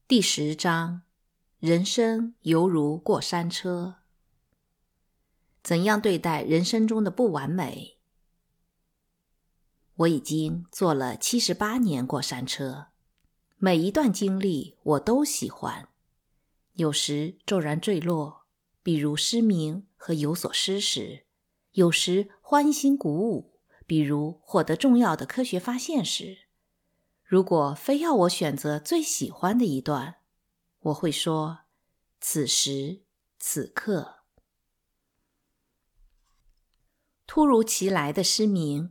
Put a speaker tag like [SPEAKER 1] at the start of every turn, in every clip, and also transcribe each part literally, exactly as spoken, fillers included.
[SPEAKER 1] 第十章，人生犹如过山车。怎样对待人生中的不完美？我已经坐了七十八年过山车，每一段经历我都喜欢，有时骤然坠落，比如失明和有所失时，有时欢欣鼓舞，比如获得重要的科学发现时。如果非要我选择最喜欢的一段，我会说，此时此刻。突如其来的失明。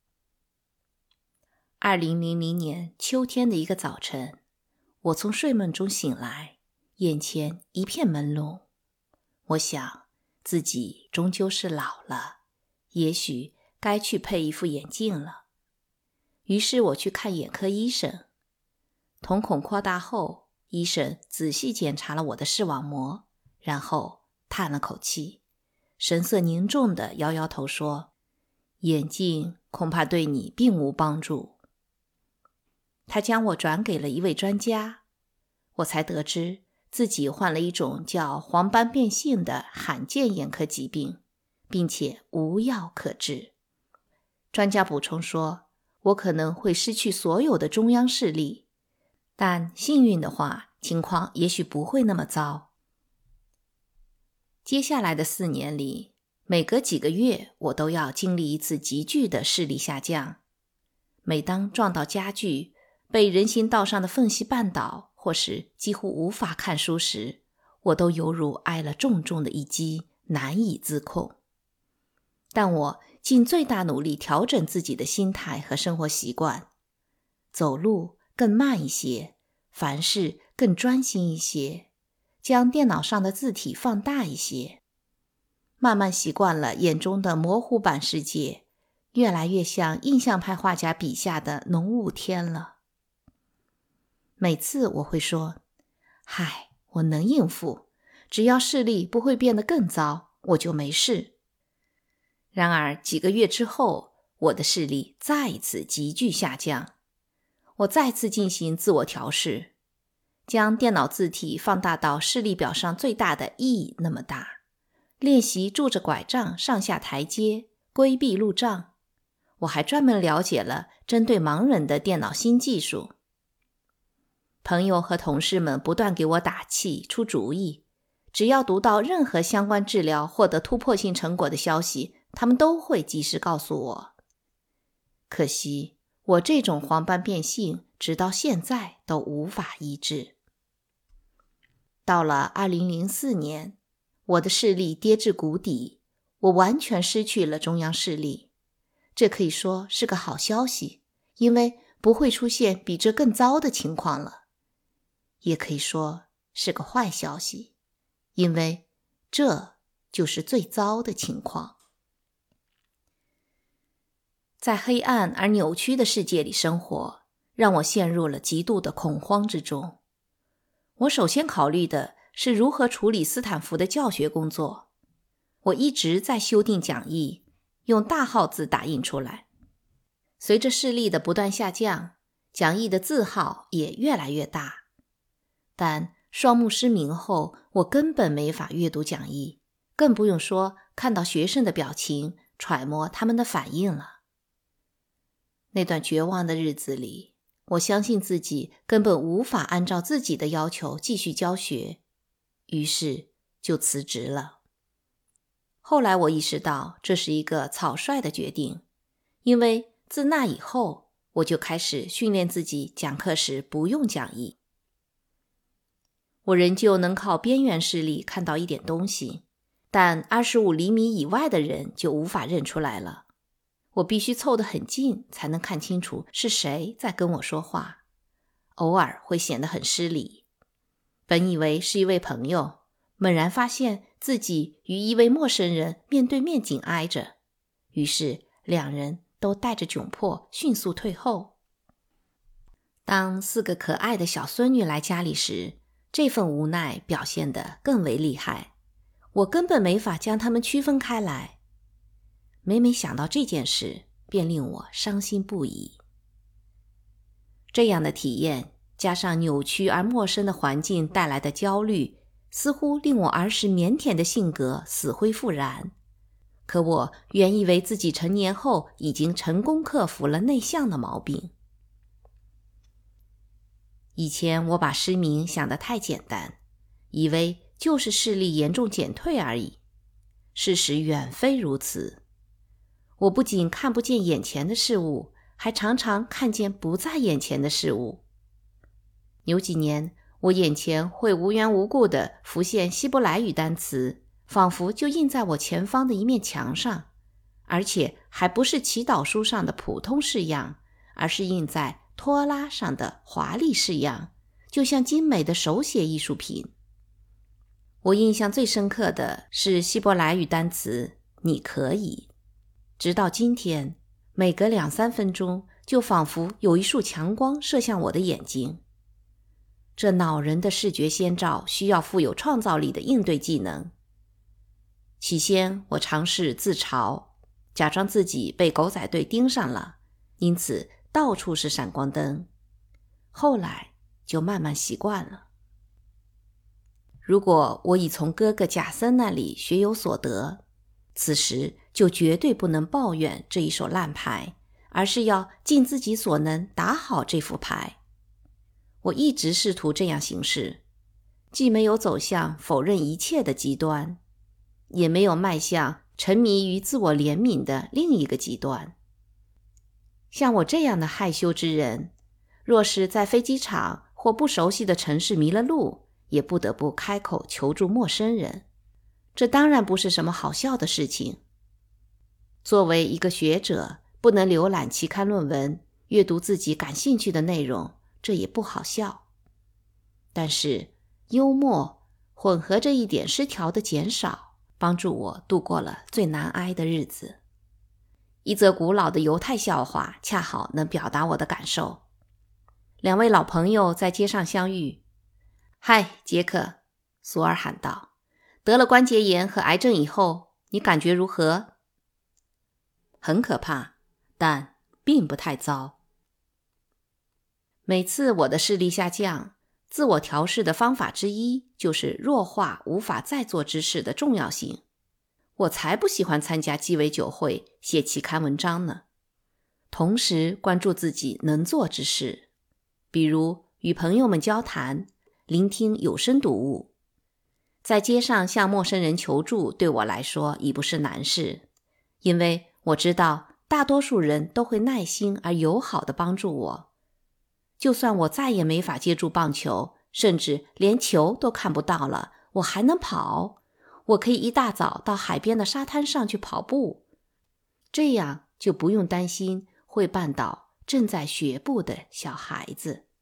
[SPEAKER 1] 二零零零年秋天的一个早晨，我从睡梦中醒来，眼前一片朦胧。我想，自己终究是老了，也许该去配一副眼镜了。于是我去看眼科医生，瞳孔扩大后，医生仔细检查了我的视网膜，然后叹了口气，神色凝重地摇摇头说，眼镜恐怕对你并无帮助。他将我转给了一位专家，我才得知自己患了一种叫黄斑变性的罕见眼科疾病，并且无药可治。专家补充说，我可能会失去所有的中央视力，但幸运的话，情况也许不会那么糟。接下来的四年里，每隔几个月我都要经历一次急剧的视力下降。每当撞到家具，被人行道上的缝隙绊倒，或是几乎无法看书时，我都犹如挨了重重的一击，难以自控。但我尽最大努力调整自己的心态和生活习惯，走路更慢一些，凡事更专心一些，将电脑上的字体放大一些。慢慢习惯了眼中的模糊版世界，越来越像印象派画家笔下的浓雾天了。每次我会说，嗨，我能应付，只要视力不会变得更糟，我就没事。然而几个月之后，我的视力再一次急剧下降。我再次进行自我调试，将电脑字体放大到视力表上最大的 E 那么大，练习拄着拐杖上下台阶，规避路障。我还专门了解了针对盲人的电脑新技术。朋友和同事们不断给我打气，出主意，只要读到任何相关治疗获得突破性成果的消息，他们都会及时告诉我。可惜，我这种黄斑变性直到现在都无法医治。到了二零零四年，我的视力跌至谷底，我完全失去了中央视力。这可以说是个好消息，因为不会出现比这更糟的情况了。也可以说是个坏消息，因为这就是最糟的情况。在黑暗而扭曲的世界里生活，让我陷入了极度的恐慌之中。我首先考虑的是如何处理斯坦福的教学工作。我一直在修订讲义，用大号字打印出来。随着视力的不断下降，讲义的字号也越来越大。但双目失明后，我根本没法阅读讲义，更不用说看到学生的表情，揣摩他们的反应了。那段绝望的日子里，我相信自己根本无法按照自己的要求继续教学，于是就辞职了。后来我意识到这是一个草率的决定，因为自那以后，我就开始训练自己讲课时不用讲义。我仍旧能靠边缘视力看到一点东西，但二十五厘米以外的人就无法认出来了。我必须凑得很近才能看清楚是谁在跟我说话，偶尔会显得很失礼。本以为是一位朋友，猛然发现自己与一位陌生人面对面紧挨着，于是两人都带着窘迫迅速退后。当四个可爱的小孙女来家里时，这份无奈表现得更为厉害，我根本没法将它们区分开来。每每想到这件事，便令我伤心不已。这样的体验加上扭曲而陌生的环境带来的焦虑，似乎令我儿时腼腆的性格死灰复燃。可我原以为自己成年后已经成功克服了内向的毛病。以前我把失明想得太简单，以为就是视力严重减退而已。事实远非如此。我不仅看不见眼前的事物，还常常看见不在眼前的事物。有几年，我眼前会无缘无故地浮现希伯来语单词，仿佛就印在我前方的一面墙上，而且还不是祈祷书上的普通式样，而是印在拖拉上的华丽式样，就像精美的手写艺术品。我印象最深刻的是希伯来语单词你可以，直到今天，每隔两三分钟就仿佛有一束强光射向我的眼睛。这恼人的视觉先兆需要富有创造力的应对技能。起先我尝试自嘲，假装自己被狗仔队盯上了，因此到处是闪光灯。后来就慢慢习惯了。如果我已从哥哥贾森那里学有所得，此时就绝对不能抱怨这一手烂牌，而是要尽自己所能打好这副牌。我一直试图这样行事，既没有走向否认一切的极端，也没有迈向沉迷于自我怜悯的另一个极端。像我这样的害羞之人，若是在飞机场或不熟悉的城市迷了路，也不得不开口求助陌生人。这当然不是什么好笑的事情。作为一个学者，不能浏览期刊论文，阅读自己感兴趣的内容，这也不好笑。但是幽默混合着一点失调的减少，帮助我度过了最难挨的日子。一则古老的犹太笑话恰好能表达我的感受。两位老朋友在街上相遇。嗨，杰克，索尔喊道，得了关节炎和癌症以后，你感觉如何？很可怕，但并不太糟。每次我的视力下降，自我调试的方法之一就是弱化无法再做之事的重要性。我才不喜欢参加鸡尾酒会、写期刊文章呢。同时关注自己能做之事，比如与朋友们交谈，聆听有声读物。在街上向陌生人求助对我来说已不是难事，因为我知道大多数人都会耐心而友好地帮助我。就算我再也没法接住棒球，甚至连球都看不到了，我还能跑。我可以一大早到海边的沙滩上去跑步，这样就不用担心会绊倒正在学步的小孩子。